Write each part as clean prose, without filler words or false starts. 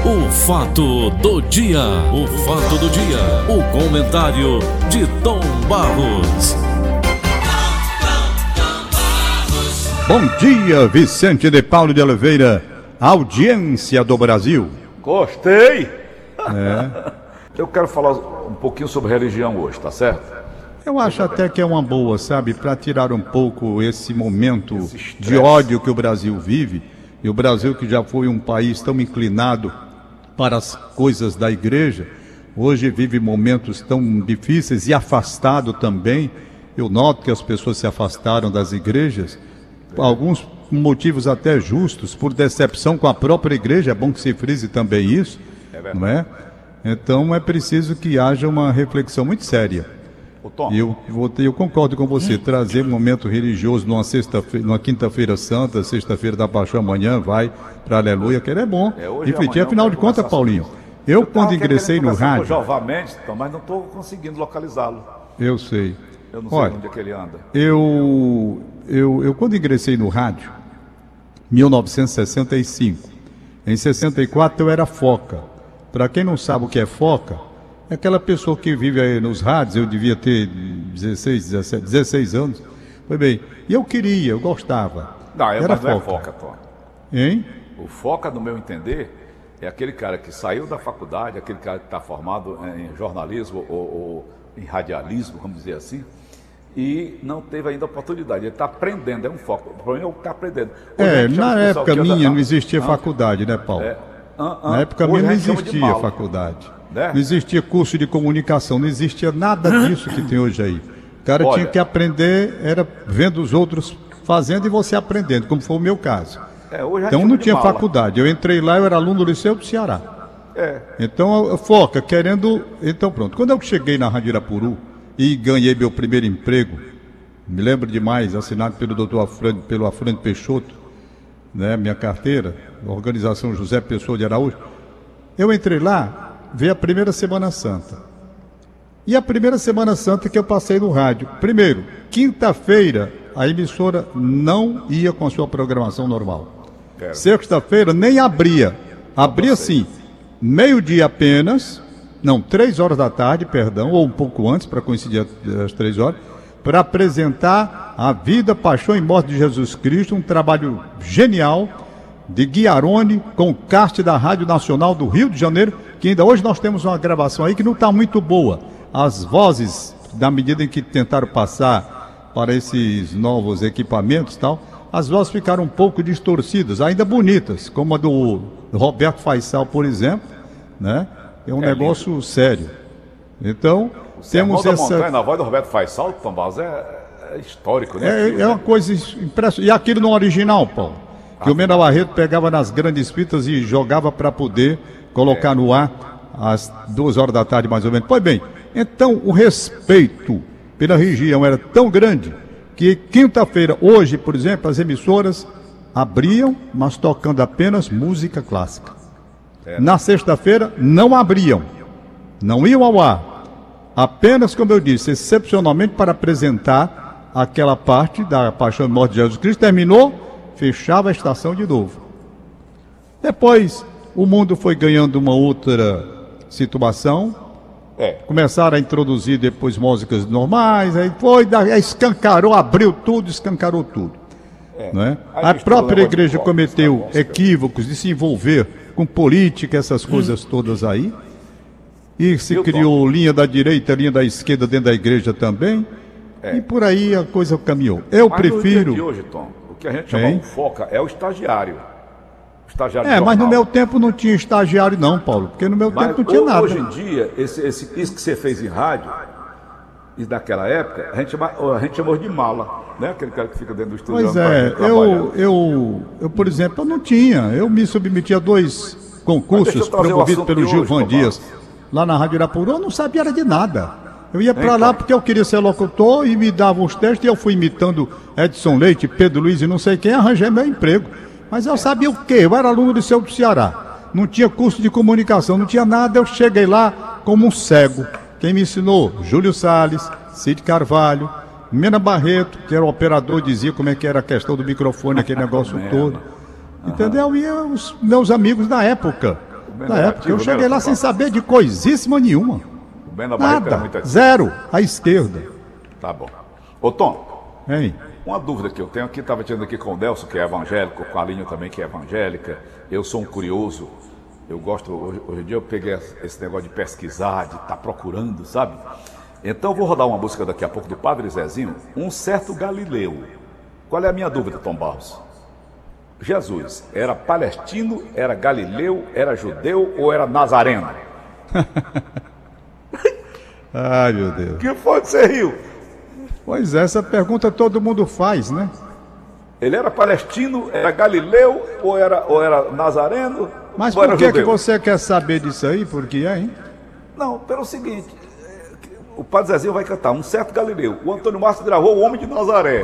O fato do dia, o fato do dia, o comentário de Tom Barros. Bom dia, Vicente de Paulo de Oliveira, audiência do Brasil. Gostei! Eu quero falar um pouquinho sobre religião hoje, tá certo? Eu acho até que é uma boa, sabe, para tirar um pouco esse momento de ódio que o Brasil vive, e o Brasil que já foi um país tão inclinado para as coisas da igreja, hoje vive momentos tão difíceis e afastado também. Eu noto que as pessoas se afastaram das igrejas, alguns motivos até justos, por decepção com a própria igreja, é bom que se frise também isso, não é? Então é preciso que haja uma reflexão muito séria. Eu concordo com você, trazer um momento religioso numa quinta-feira santa, sexta-feira da paixão, amanhã vai para Aleluia, que é bom. Refletir, afinal de contas, Paulinho, eu quando ingressei no rádio... Jeová Mendes, mas não estou conseguindo localizá-lo. Eu sei. Eu não sei onde é que ele anda. Eu quando ingressei no rádio, 1965, em 64 eu era foca. Para quem não sabe o que é foca, é aquela pessoa que vive aí nos rádios. Eu devia ter 16 anos. Foi bem. E eu gostava. Não, era mas não é foca, Tom. Hein? O foca, no meu entender, é aquele cara que saiu da faculdade, aquele cara que está formado em jornalismo ou em radialismo, vamos dizer assim, e não teve ainda oportunidade. Ele está aprendendo, é um foco. O problema é o que está aprendendo. Na época minha não existia faculdade, né, Paulo? Na época minha não existia faculdade. Né? Não existia curso de comunicação, não existia nada disso que tem hoje aí. O cara tinha que aprender, era vendo os outros fazendo e você aprendendo, como foi o meu caso. Então não tinha faculdade. Eu entrei lá, eu era aluno do Liceu do Ceará. Então, foca, querendo... Então pronto, quando eu cheguei na Rádio Irapuru e ganhei meu primeiro emprego, me lembro demais, assinado pelo Afrânio Peixoto, né, minha carteira, Organização José Pessoa de Araújo, eu entrei lá, veio a primeira Semana Santa. E a primeira Semana Santa que eu passei no rádio. Primeiro, quinta-feira, a emissora não ia com a sua programação normal. Sexta-feira nem abria. Abria sim, meio-dia apenas, 3 horas da tarde, perdão, ou um pouco antes, para coincidir às 3 horas, para apresentar a vida, paixão e morte de Jesus Cristo, um trabalho genial de Guiarone, com o cast da Rádio Nacional do Rio de Janeiro, que ainda hoje nós temos uma gravação aí que não está muito boa. As vozes, na medida em que tentaram passar para esses novos equipamentos e tal, as vozes ficaram um pouco distorcidas, ainda bonitas, como a do Roberto Faisal, por exemplo, né? É um negócio lindo, sério. Então, temos essa... Montanha, na voz do Roberto Faisal, Tom Barros, é histórico, né? É uma coisa impressionante. E aquilo no original, Paulo? Que o Mena Barreto pegava nas grandes fitas e jogava para poder colocar no ar às 2 horas da tarde, mais ou menos. Pois bem, então o respeito pela região era tão grande que quinta-feira, hoje, por exemplo, as emissoras abriam, mas tocando apenas música clássica. Na sexta-feira, não abriam, não iam ao ar. Apenas, como eu disse, excepcionalmente para apresentar aquela parte da Paixão e Morte de Jesus Cristo. Terminou, fechava a estação de novo. Depois, o mundo foi ganhando uma outra situação. Começaram a introduzir depois músicas normais, aí escancarou, abriu tudo, escancarou tudo. Não é? A própria igreja cometeu equívocos de se envolver com política, essas coisas todas aí. E se criou linha da direita, linha da esquerda dentro da igreja também. E por aí a coisa caminhou. Eu prefiro... No dia de hoje, Tom, o que a gente chama de foca é o estagiário. Mas no meu tempo não tinha estagiário não, Paulo, porque no meu tempo não tinha nada. Hoje em dia, isso que você fez em rádio, e naquela época, a gente chamou de mala, né? Aquele cara que fica dentro do estúdio. Pois eu, por exemplo, eu não tinha. Eu me submeti a 2 concursos promovidos pelo Gilvan Dias, lá na Rádio Irapuru. Eu não sabia de nada. Eu ia para lá porque eu queria ser locutor e me davam os testes, e eu fui imitando Edson Leite, Pedro Luiz e não sei quem, arranjei meu emprego. Mas eu sabia o quê? Eu era aluno do Liceu do Ceará. Não tinha curso de comunicação, não tinha nada. Eu cheguei lá como um cego. Quem me ensinou? Júlio Salles, Cid Carvalho, Mena Barreto, que era o operador, dizia como é que era a questão do microfone, aquele negócio todo. Entendeu? E os meus amigos da época. Na época, eu cheguei lá sem saber de coisíssima nenhuma. O Bem da Barrica era muito zero, à esquerda. Tá bom. Ô Tom, hein? Uma dúvida que eu tenho aqui, estava tirando aqui com o Nelson, que é evangélico, com a Alinho também, que é evangélica. Eu sou um curioso, eu gosto, hoje em dia eu peguei esse negócio de pesquisar, de estar procurando, sabe? Então eu vou rodar uma música daqui a pouco do Padre Zezinho, Um Certo Galileu. Qual é a minha dúvida, Tom Barros? Jesus era palestino, era galileu, era judeu ou era nazareno? Ai, meu Deus. Que foi que você riu? Pois é, essa pergunta todo mundo faz, né? Ele era palestino, era galileu ou era nazareno? Mas por que você quer saber disso aí? Por que é, hein? Não, pelo seguinte, o Padre Zezinho vai cantar Um Certo Galileu. O Antônio Márcio gravou O Homem de Nazaré.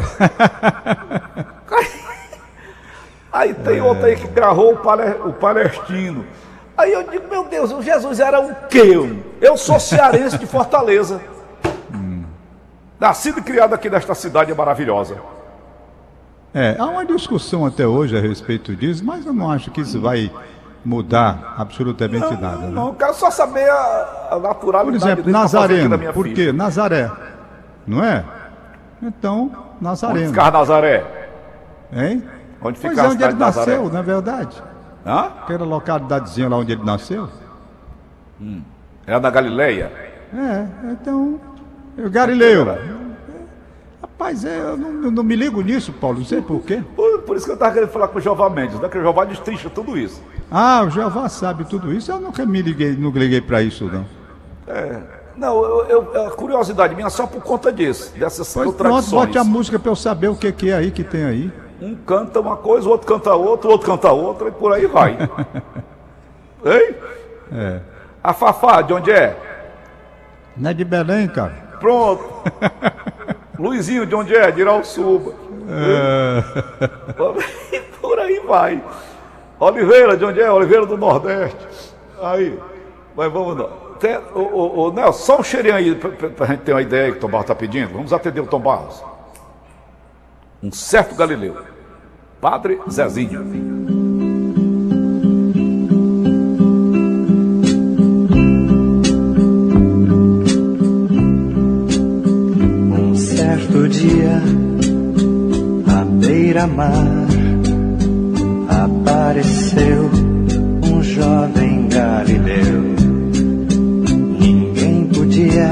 Aí tem outro aí que gravou o palestino. Aí eu digo, meu Deus, o Jesus era o quê? Eu sou cearense de Fortaleza. Nascido e criado aqui nesta cidade maravilhosa. Há uma discussão até hoje a respeito disso, mas eu não acho que isso vai mudar absolutamente nada. Né? Não, eu quero só saber a naturalidade. Por exemplo, Nazareno, por quê? Nazaré, não é? Então, Nazareno. Onde ficar Nazaré? Hein? Onde ficar pois é, onde ele nasceu, na verdade. Hã? Aquela localidadezinha lá onde ele nasceu. Era na Galileia? Então... O Galileu. Rapaz, eu não me ligo nisso, Paulo, não sei por quê. Por isso que eu estava querendo falar com o Jeová Mendes, né? Que o Jeová destrincha tudo isso. O Jeová sabe tudo isso. Eu nunca me liguei para isso, não. Não, a curiosidade minha é só por conta disso, dessas contradições. Pronto, bote a música para eu saber o que é aí que tem aí. Um canta uma coisa, o outro canta outra, o outro canta outra, e por aí vai. Hein? A Fafá, de onde é? Não é de Belém, cara. Pronto. Luizinho, de onde é? De Irauçuba. Por aí vai. Oliveira, de onde é? Oliveira do Nordeste. Aí, mas vamos lá. O Nelson, só um cheirinho aí pra gente ter uma ideia que o Tom Barros está pedindo. Vamos atender o Tom Barros. Um Certo Galileu. Padre Zezinho. Certo dia, à beira-mar, apareceu um jovem galileu. Ninguém podia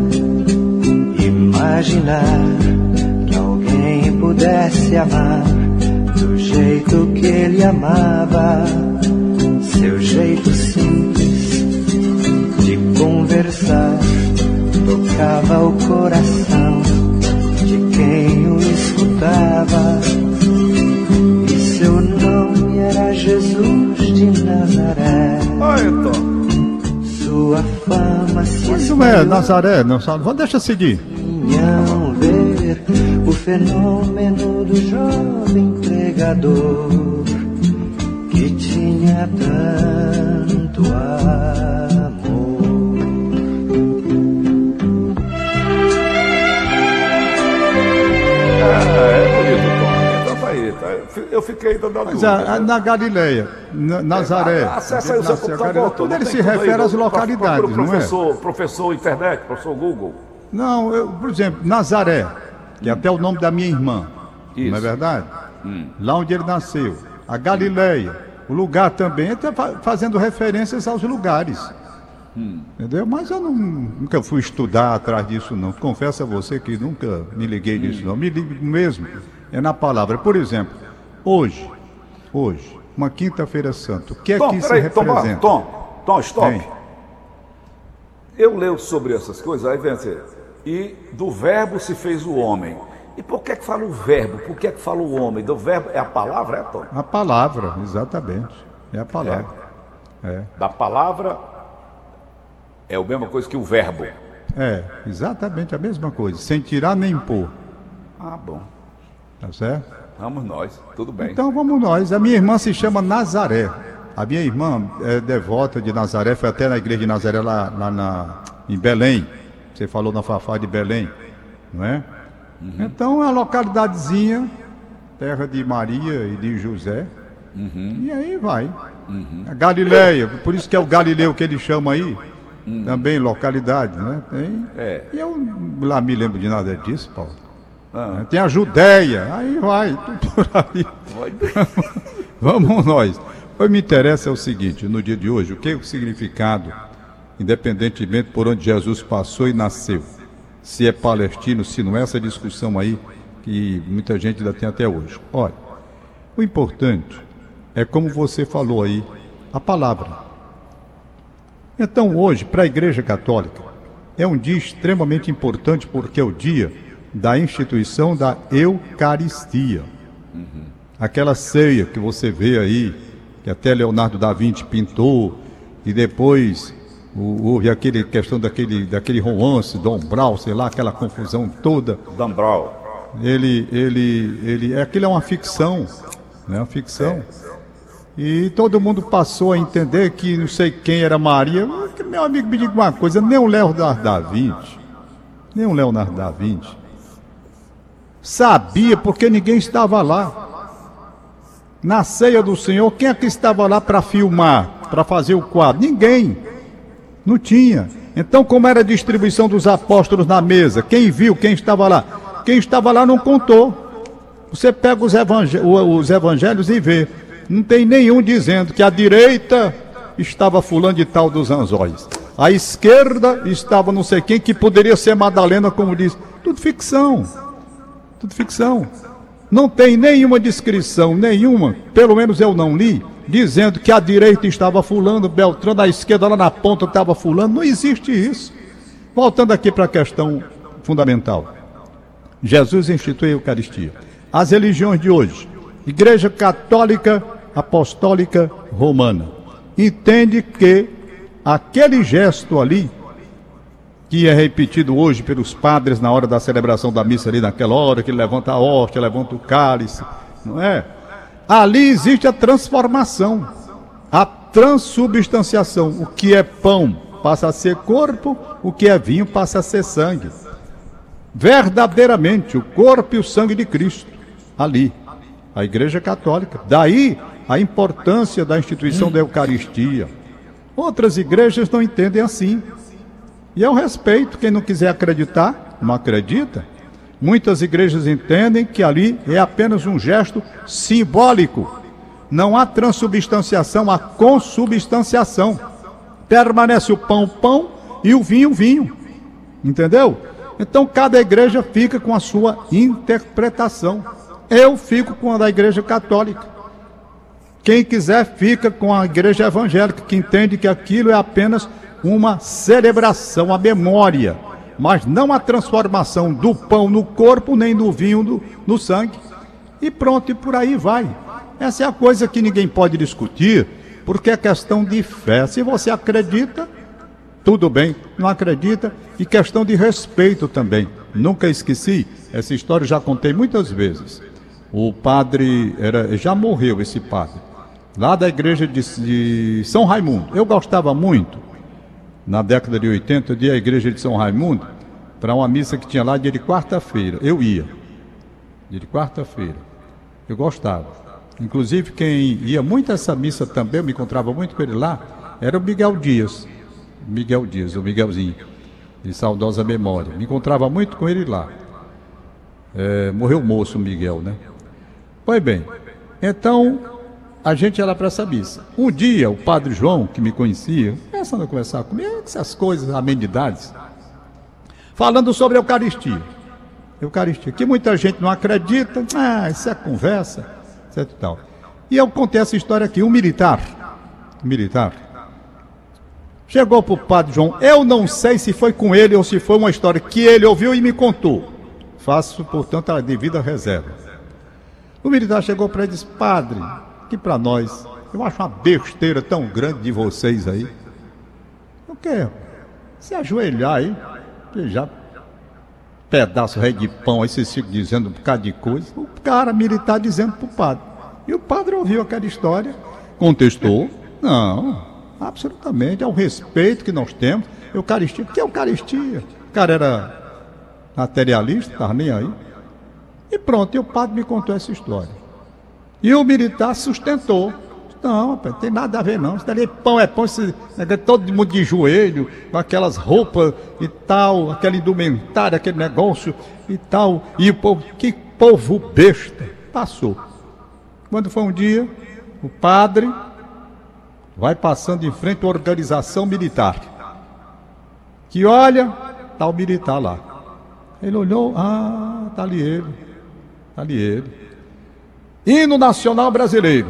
imaginar que alguém pudesse amar do jeito que ele amava. Seu jeito simples de conversar tocava o coração de quem o escutava. E seu nome era Jesus de Nazaré. Sua fama se Mas não é Nazaré, não sabe. Deixa eu seguir. Vinham ver o fenômeno do jovem pregador que tinha tanto amor. Eu fiquei dando a Mas dúvida. na Galileia, Nazaré, acessa aí o seu computador. tudo ele se refere às localidades, não é? Professor internet, professor Google. Não, por exemplo, Nazaré, que é até o nome da minha irmã, Isso. não é verdade? Lá onde ele nasceu. A Galileia, o lugar também, até fazendo referências aos lugares. Entendeu? Mas eu nunca fui estudar atrás disso, não. Confesso a você que nunca me liguei nisso, não. Me ligo mesmo, é na palavra. Por exemplo, hoje, uma quinta-feira santa, o que é que isso representa? Tom, stop. Eu leio sobre essas coisas, aí vem assim, e do verbo se fez o homem. E por que fala o verbo? Por que fala o homem? Do verbo é a palavra, Tom? A palavra, exatamente. É a palavra. Da palavra é a mesma coisa que o verbo. Exatamente a mesma coisa, sem tirar nem pôr. Bom. Tá certo? Vamos nós, tudo bem. Então vamos nós. A minha irmã se chama Nazaré. A minha irmã é devota de Nazaré, foi até na igreja de Nazaré lá em Belém. Você falou na Fafá de Belém, não é? Então é uma localidadezinha, terra de Maria e de José, E aí vai. A Galileia, por isso que é o Galileu que ele chama aí, também localidade, né? E eu lá me lembro de nada disso, Paulo. Tem a Judéia, aí vai, tudo por aí. Vamos nós. O que me interessa é o seguinte, no dia de hoje, o que é o significado, independentemente por onde Jesus passou e nasceu, se é palestino, se não é, essa discussão aí que muita gente ainda tem até hoje. Olha, o importante é como você falou aí, a palavra. Então hoje, para a Igreja Católica, é um dia extremamente importante porque é o dia da instituição da Eucaristia. Aquela ceia que você vê aí, que até Leonardo da Vinci pintou, e depois houve aquele questão daquele romance, Dom Brau, sei lá, aquela confusão toda. Dom Brau. Aquilo é uma ficção, né? Uma ficção. E todo mundo passou a entender que não sei quem era Maria. Meu amigo, me diga uma coisa, nem o Leonardo da Vinci sabia, porque ninguém estava lá. Na ceia do Senhor, quem é que estava lá para filmar, para fazer o quadro? Ninguém. Não tinha. Então, como era a distribuição dos apóstolos na mesa? Quem viu? Quem estava lá? Quem estava lá não contou. Você pega os evangelhos e vê. Não tem nenhum dizendo que à direita estava fulano de tal dos anzóis. À esquerda estava não sei quem, que poderia ser Madalena, como diz. Tudo ficção. Tudo ficção. Não tem nenhuma descrição, nenhuma, pelo menos eu não li, dizendo que à direita estava fulano, Beltrano, à esquerda lá na ponta estava fulano. Não existe isso. Voltando aqui para a questão fundamental. Jesus instituiu a Eucaristia. As religiões de hoje, Igreja Católica Apostólica Romana, entende que aquele gesto ali, que é repetido hoje pelos padres na hora da celebração da missa ali, naquela hora que ele levanta a hóstia, levanta o cálice, não é? Ali existe a transformação, a transubstanciação. O que é pão passa a ser corpo, o que é vinho passa a ser sangue. Verdadeiramente, o corpo e o sangue de Cristo, ali, a Igreja Católica. Daí a importância da instituição da Eucaristia. Outras igrejas não entendem assim. E eu respeito, quem não quiser acreditar, não acredita. Muitas igrejas entendem que ali é apenas um gesto simbólico. Não há transubstanciação, há consubstanciação. Permanece o pão e o vinho. Entendeu? Então cada igreja fica com a sua interpretação. Eu fico com a da Igreja Católica. Quem quiser fica com a Igreja Evangélica, que entende que aquilo é apenas uma celebração, a memória, mas não a transformação do pão no corpo, nem do vinho no sangue. E pronto, e por aí vai. Essa é a coisa que ninguém pode discutir, porque é questão de fé. Se você acredita, tudo bem. Não acredita, e questão de respeito também. Nunca esqueci, essa história eu já contei muitas vezes. O padre, já morreu esse padre, lá da igreja de São Raimundo. Eu gostava muito, na década de 80, eu ia à igreja de São Raimundo para uma missa que tinha lá dia de quarta-feira. Eu ia, dia de quarta-feira. Eu gostava. Inclusive, quem ia muito a essa missa também, eu me encontrava muito com ele lá, era o Miguel Dias, o Miguelzinho, de saudosa memória. Me encontrava muito com ele lá. Morreu moço o Miguel, né? Pois bem, então a gente ia lá para essa missa. Um dia, o padre João, que me conhecia, começando a conversar comigo, essas coisas, amenidades, falando sobre a Eucaristia. Eucaristia, que muita gente não acredita, isso é conversa, etc e tal. E eu contei essa história aqui, um militar, chegou para o padre João, eu não sei se foi com ele ou se foi uma história que ele ouviu e me contou. Faço, portanto, a devida reserva. O militar chegou para ele e disse, padre, que para nós, eu acho uma besteira tão grande de vocês aí. O quê? Se ajoelhar aí, já pedaço rei de pão, aí vocês ficam dizendo um bocado de coisa. O cara militar dizendo para o padre. E o padre ouviu aquela história, contestou. Não, absolutamente, é o respeito que nós temos. Eucaristia, o que é Eucaristia? O cara era materialista, estava nem aí. E pronto, e o padre me contou essa história. E o militar sustentou. Não, rapaz, não tem nada a ver não. Isso dali é pão, esse todo mundo de joelho, com aquelas roupas e tal, aquela indumentária, aquele negócio e tal. E o povo, que povo besta. Passou. Quando foi um dia, o padre vai passando em frente à organização militar. Que olha, tá o militar lá. Ele olhou, tá ali ele. Tá ali ele. Hino Nacional Brasileiro.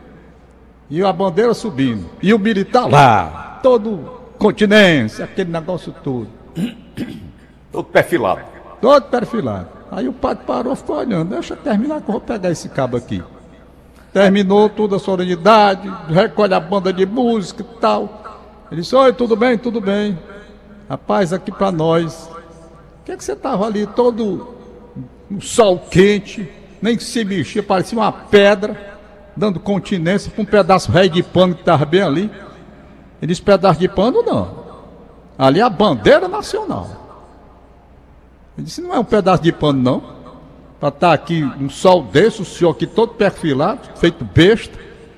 E a bandeira subindo. E o militar lá. Todo continência, aquele negócio todo. Todo perfilado. Todo perfilado. Aí o padre parou e ficou olhando. Deixa eu terminar que eu vou pegar esse cabo aqui. Terminou toda a solenidade, recolhe a banda de música e tal. Ele disse, oi, tudo bem, tudo bem. Rapaz, aqui pra nós. O que você estava ali todo um sol quente, nem que se mexia, parecia uma pedra, dando continência para um pedaço rei de pano que estava bem ali. Ele disse, pedaço de pano não. Ali é a bandeira nacional. Ele disse, não é um pedaço de pano não. Para estar aqui um sol desse, o senhor aqui todo perfilado, feito besta.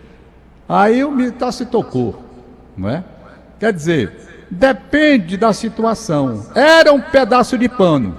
Aí o militar se tocou, não é? Quer dizer, depende da situação. Era um pedaço de pano,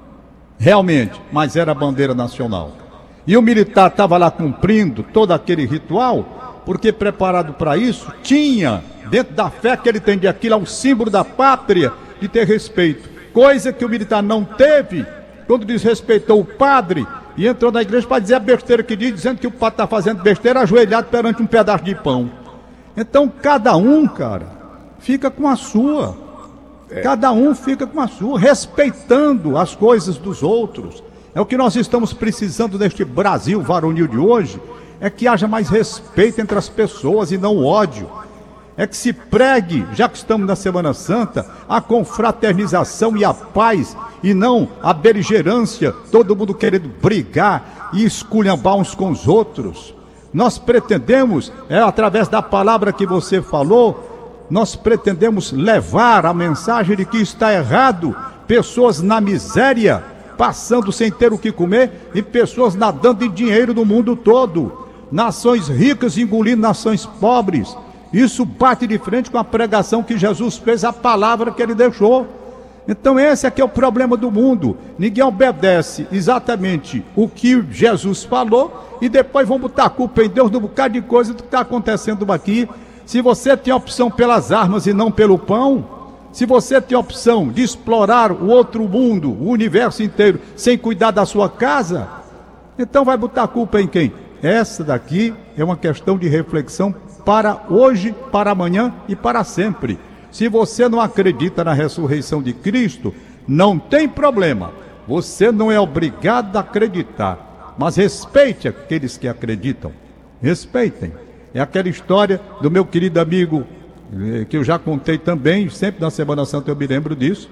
realmente, mas era a bandeira nacional. E o militar estava lá cumprindo todo aquele ritual, porque preparado para isso, tinha, dentro da fé que ele tem de aquilo, um símbolo da pátria, de ter respeito. Coisa que o militar não teve, quando desrespeitou o padre e entrou na igreja para dizer a besteira que diz, dizendo que o padre está fazendo besteira ajoelhado perante um pedaço de pão. Então cada um, cara, fica com a sua. Cada um fica com a sua, respeitando as coisas dos outros. É o que nós estamos precisando neste Brasil varonil de hoje, é que haja mais respeito entre as pessoas e não ódio. É que se pregue, já que estamos na Semana Santa, a confraternização e a paz, e não a beligerância, todo mundo querendo brigar e esculhambar uns com os outros. Nós pretendemos, através da palavra que você falou, nós pretendemos levar a mensagem de que está errado, pessoas na miséria, passando sem ter o que comer, e pessoas nadando em dinheiro no mundo todo, nações ricas engolindo nações pobres. Isso bate de frente com a pregação que Jesus fez, a palavra que ele deixou. Então esse aqui é o problema do mundo. Ninguém obedece exatamente o que Jesus falou e depois vão botar a culpa em Deus de um bocado de coisa do que está acontecendo aqui. Se você tem opção pelas armas e não pelo pão, se você tem opção de explorar o outro mundo, o universo inteiro, sem cuidar da sua casa, então vai botar a culpa em quem? Essa daqui é uma questão de reflexão para hoje, para amanhã e para sempre. Se você não acredita na ressurreição de Cristo, não tem problema. Você não é obrigado a acreditar, mas respeite aqueles que acreditam. Respeitem. É aquela história do meu querido amigo, que eu já contei também, sempre na Semana Santa eu me lembro disso,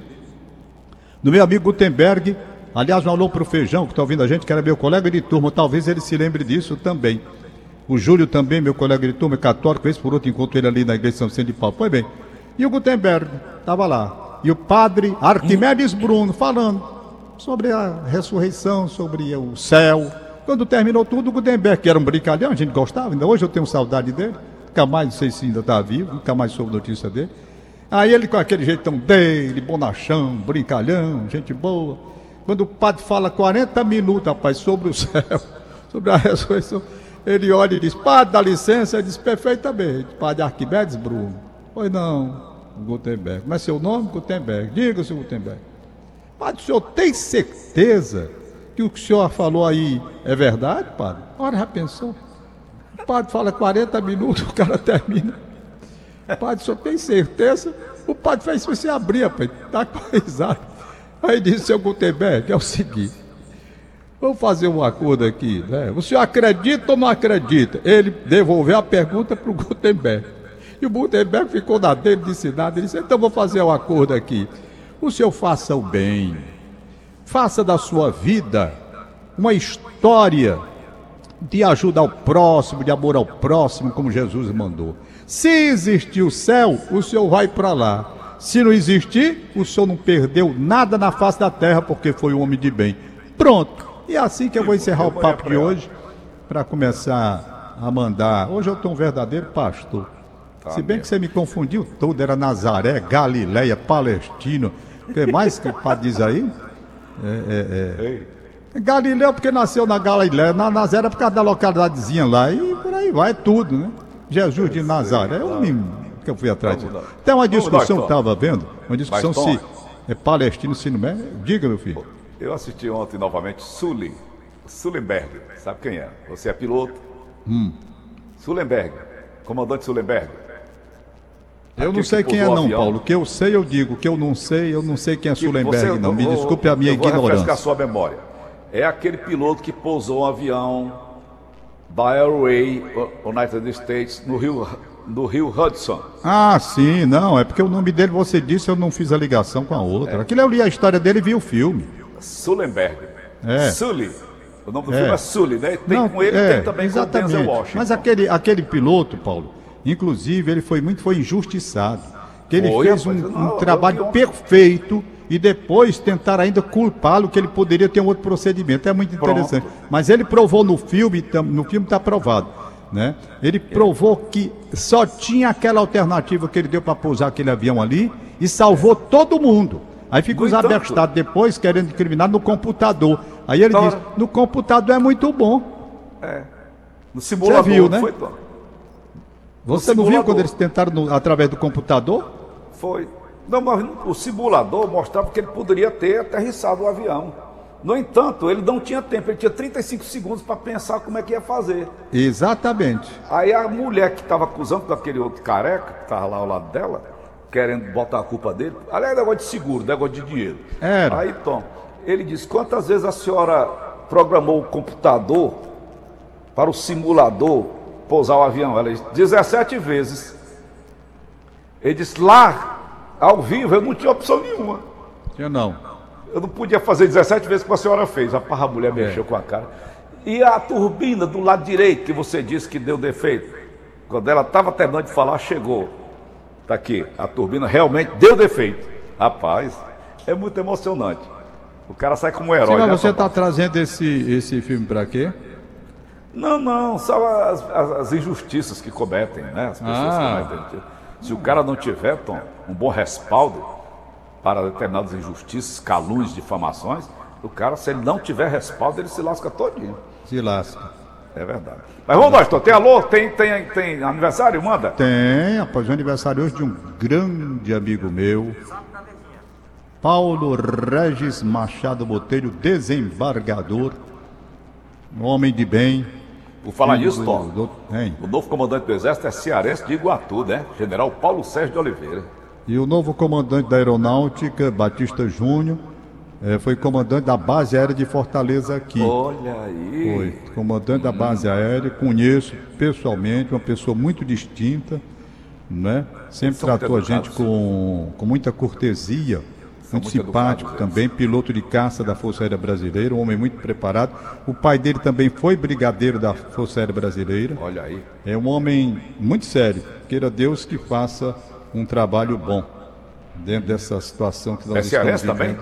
do meu amigo Gutenberg. Aliás, um alô para o Feijão, que está ouvindo a gente, que era meu colega de turma, talvez ele se lembre disso também. O Júlio também, meu colega de turma, é católico, esse por outro encontro ele ali na igreja de São Vicente de Paulo. Foi bem. E o Gutenberg estava lá. E o padre Arquimedes Bruno falando sobre a ressurreição, sobre o céu. Quando terminou tudo, o Gutenberg, que era um brincalhão, a gente gostava, ainda hoje eu tenho saudade dele. Nunca mais, não sei se ainda está vivo, nunca mais soube notícia dele. Aí ele com aquele jeitão dele, bonachão, brincalhão, gente boa. Quando o padre fala 40 minutos, rapaz, sobre o céu, sobre a ressurreição, ele olha e diz, padre, dá licença? Ele diz, perfeitamente, padre Arquimedes Bruno. Pois não, Gutenberg. Mas seu nome, Gutenberg. Diga, seu Gutenberg. Padre, o senhor tem certeza que o que o senhor falou aí é verdade, padre? Ora, já pensou? O padre fala 40 minutos, o cara termina. Padre, o senhor tem certeza? O padre fez você abrir, rapaz, tá coisado. Aí disse, seu Gutenberg, é o seguinte, vamos fazer um acordo aqui, né? O senhor acredita ou não acredita? Ele devolveu a pergunta para o Gutenberg. E o Gutenberg ficou na dele, disse nada. Ele disse, então vou fazer um acordo aqui. O senhor faça o bem. Faça da sua vida uma história de ajuda ao próximo, de amor ao próximo, como Jesus mandou. Se existir o céu, o senhor vai para lá. Se não existir, o senhor não perdeu nada na face da terra, porque foi um homem de bem. Pronto. E é assim que eu vou encerrar o papo de hoje. para começar a mandar. Hoje eu estou um verdadeiro pastor. Se bem que você me confundiu todo, era Nazaré, Galileia, Palestino. O que mais que o padre diz aí? Galileu porque nasceu na Galileia, na Nazaré por causa da localidadezinha lá, e por aí vai tudo, né? Jesus de Nazaré, que eu fui atrás disso. Tem uma discussão que eu estava vendo, uma discussão se é palestino, se não é. Diga, meu filho. Eu assisti ontem novamente Sullenberg, sabe quem é? Você é piloto? Sullenberg, comandante Sullenberg. Eu não sei quem é não, Paulo. O que eu sei, eu digo. O que eu não sei quem é Sullenberg, não. Me desculpe a minha ignorância. Vou refrescar a sua memória. É aquele piloto que pousou um avião da Airway United States no rio Hudson. Ah, sim, não. É porque o nome dele, você disse, eu não fiz a ligação com a outra. Aquilo eu li a história dele e vi o filme. Sullenberg. Sully. O nome do filme é Sully, né? Tem com ele, tem também com o Denzel Washington. Mas aquele piloto, Paulo, inclusive, ele foi injustiçado. Que ele fez um trabalho perfeito e depois tentaram ainda culpá-lo que ele poderia ter um outro procedimento. É muito interessante. Mas ele provou no filme está provado, né? Ele provou que só tinha aquela alternativa que ele deu para pousar aquele avião ali e salvou todo mundo. Aí fica os abestados depois querendo incriminar no computador. Aí ele diz, no computador é muito bom. No simulador, você viu, né? Foi, você não viu quando eles tentaram através do computador? Foi. Não, mas o simulador mostrava que ele poderia ter aterrissado o avião. No entanto, ele não tinha tempo, ele tinha 35 segundos para pensar como é que ia fazer. Exatamente. Aí a mulher que estava acusando daquele outro careca, que estava lá ao lado dela, querendo botar a culpa dele, aliás, negócio de seguro, negócio de dinheiro. Era. Aí, Tom, ele disse, quantas vezes a senhora programou o computador para o simulador pousar o avião? Ela disse, 17 vezes. Ele disse, lá, ao vivo, eu não tinha opção nenhuma. Eu não. Eu não podia fazer 17 vezes como a senhora fez. A mulher mexeu com a cara. E a turbina do lado direito, que você disse que deu defeito, quando ela estava terminando de falar, chegou. Está aqui, a turbina realmente deu defeito. Rapaz, é muito emocionante. O cara sai como um herói. Sim, mas você está trazendo esse filme para quê? Não, são as injustiças que cometem, né? As pessoas cometem. Se o cara não tiver, Tom, um bom respaldo para determinadas injustiças, calúnias, difamações, o cara, se ele não tiver respaldo, ele se lasca todinho. Se lasca. É verdade. Mas vamos nós, Tom. Tem alô? Tem aniversário? Manda. Tem, após o aniversário hoje de um grande amigo meu, Paulo Regis Machado Botelho, desembargador, um homem de bem. Por falar nisso, Tom, o novo comandante do Exército é cearense de Iguatu, né? General Paulo Sérgio de Oliveira. E o novo comandante da Aeronáutica, Batista Júnior, foi comandante da base aérea de Fortaleza aqui. Olha aí. Foi comandante da base aérea, conheço pessoalmente, uma pessoa muito distinta, né? Sempre tratou a gente com muita cortesia. Muito simpático também, piloto de caça da Força Aérea Brasileira, um homem muito preparado. O pai dele também foi brigadeiro da Força Aérea Brasileira. Olha aí. É um homem muito sério. Queira Deus que faça um trabalho bom dentro dessa situação que nós estamos vivendo. Também?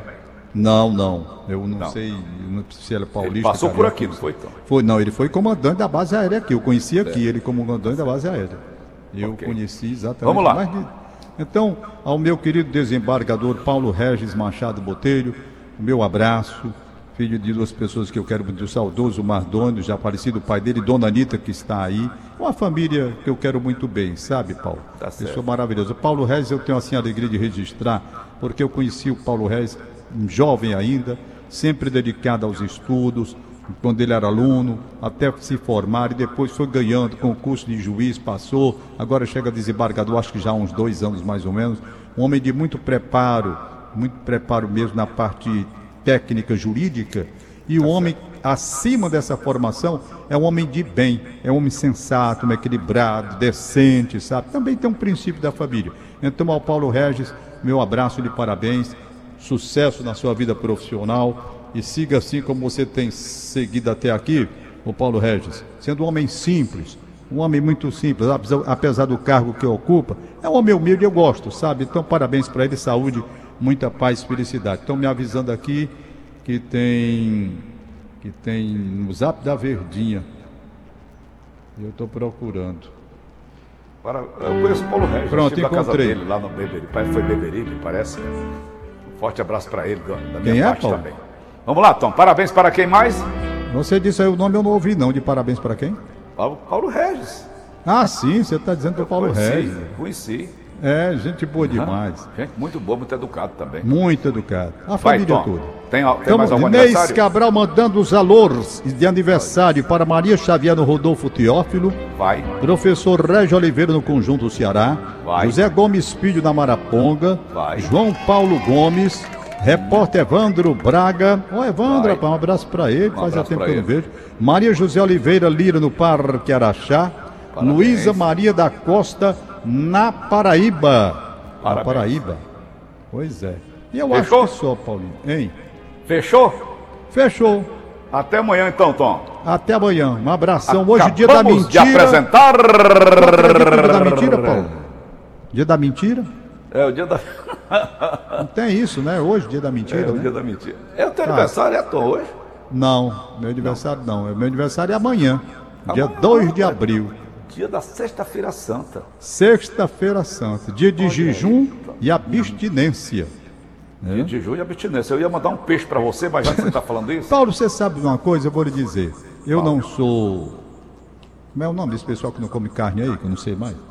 Não. Eu não sei se ele é paulista. Ele passou por aqui, não foi, então? Ele foi comandante da base aérea aqui. Eu conheci aqui, ele como comandante da base aérea. Eu conheci exatamente. Vamos lá. Então, ao meu querido desembargador Paulo Regis Machado Botelho, o meu abraço, filho de duas pessoas que eu quero muito, o saudoso Mardônio, já falecido, pai dele, Dona Anitta, que está aí, uma família que eu quero muito bem, sabe, Paulo? Tá certo. Pessoa maravilhosa. O Paulo Regis eu tenho assim a alegria de registrar, porque eu conheci o Paulo Regis, um jovem ainda, sempre dedicado aos estudos, quando ele era aluno, até se formar, e depois foi ganhando concurso de juiz, passou, agora chega a desembargador, acho que já há uns 2 anos mais ou menos, um homem de muito preparo mesmo na parte técnica, jurídica, e o homem acima dessa formação é um homem de bem, é um homem sensato, um equilibrado, decente, sabe? Também tem um princípio da família. Então, ao Paulo Regis, meu abraço de parabéns, sucesso na sua vida profissional, e siga assim como você tem seguido até aqui, o Paulo Regis, sendo um homem simples, um homem muito simples, apesar do cargo que ocupa, é um homem humilde, eu gosto, sabe? Então, parabéns para ele, saúde, muita paz e felicidade. Estão me avisando aqui que tem no Zap da Verdinha, Eu estou procurando. Eu conheço o Paulo Regis. Pronto, estive na casa encontrei. dele, lá no Beberibe. Foi Beberibe, parece. Um forte abraço para ele, da Quem minha é, parte Paulo? também. Vamos lá, Tom. Parabéns para quem mais? Você disse aí o nome, eu não ouvi não. De parabéns para quem? Paulo Regis. Ah, sim, você está dizendo para o Paulo Regis. Conheci. É, gente boa demais. Gente muito boa, muito educado também. Muito educado. A Vai, família Tom. toda. Tem Então, mais algum Inês aniversário? Cabral mandando os alôs de aniversário para Maria Xavier no Rodolfo Teófilo, Vai. professor Régio Oliveira no Conjunto Ceará, Vai. José Gomes Filho na Maraponga, Vai. João Paulo Gomes, repórter Evandro Braga. Ó, Evandro, Vai. rapaz, um abraço para ele, faz abraço tempo pra que eu não ele. vejo. Maria José Oliveira Lira no Parque Araxá, Parabéns. Luísa Maria da Costa na Paraíba. Na Parabéns. Paraíba. Pois é. E eu Fechou? acho que só, Paulinho. Hein? Fechou? Fechou. Até amanhã então, Tom. Até amanhã. Um abração. Hoje, dia da Acabamos de mentira. apresentar. Dia da mentira, Paulo? Dia da mentira? É o dia da... Não tem isso, né? Hoje, dia da mentira, É o né? dia da mentira. É o teu aniversário, é, Tom, hoje? Não, meu aniversário não. Meu aniversário é amanhã. Dia Amanhã, 2 de rapaz. abril. Dia da Sexta-feira Santa. Sexta-feira Santa. Dia de jejum e abstinência. Dia de junho e abstinência. Eu ia mandar um peixe pra você, mas já que você tá falando isso... Paulo, você sabe de uma coisa? Eu vou lhe dizer. Eu não sou... Como é o nome desse pessoal que não come carne aí? Que eu não sei mais.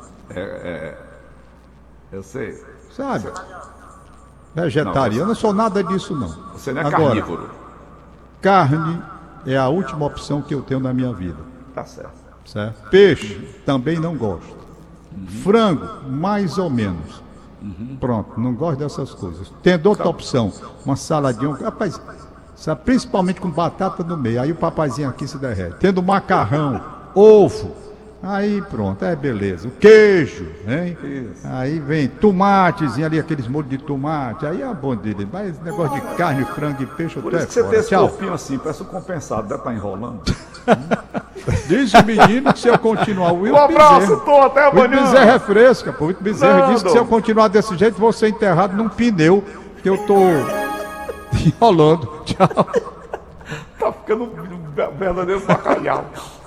Eu sei. Sabe? Vegetariano. Eu não sou nada disso, não. Você não é Agora, carnívoro. carne é a última opção que eu tenho na minha vida. Tá certo. Certo? Peixe, também não gosto. Frango, mais ou menos. Pronto, não gosto dessas coisas. Tendo outra opção, uma saladinha, rapaz, sabe, principalmente com batata no meio, aí o papazinho aqui se derrete. Tendo macarrão, ovo, aí pronto, é beleza. O queijo, hein? Isso. Aí vem tomatezinho ali, aqueles molhos de tomate, aí é bom dele. Mas negócio de carne, frango e peixe, eu Por tô isso é que você fora. tem esse Tchau. corpinho assim, parece um compensado, deve estar enrolando. Diz o menino que se eu continuar, o Will Um abraço, Bezerra. Tom, até O Will amanhã. Bezerra é fresca, pô. O Will Bezerra Nando. disse que se eu continuar desse jeito, vou ser enterrado num pneu, que eu tô enrolando. Tchau. Tá ficando um verdadeiro bacalhau.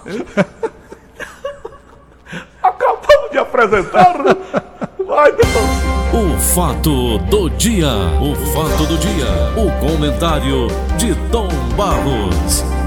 Acabamos de apresentar. Vai, Deus. O fato do dia. O fato do dia. O comentário de Tom Barros.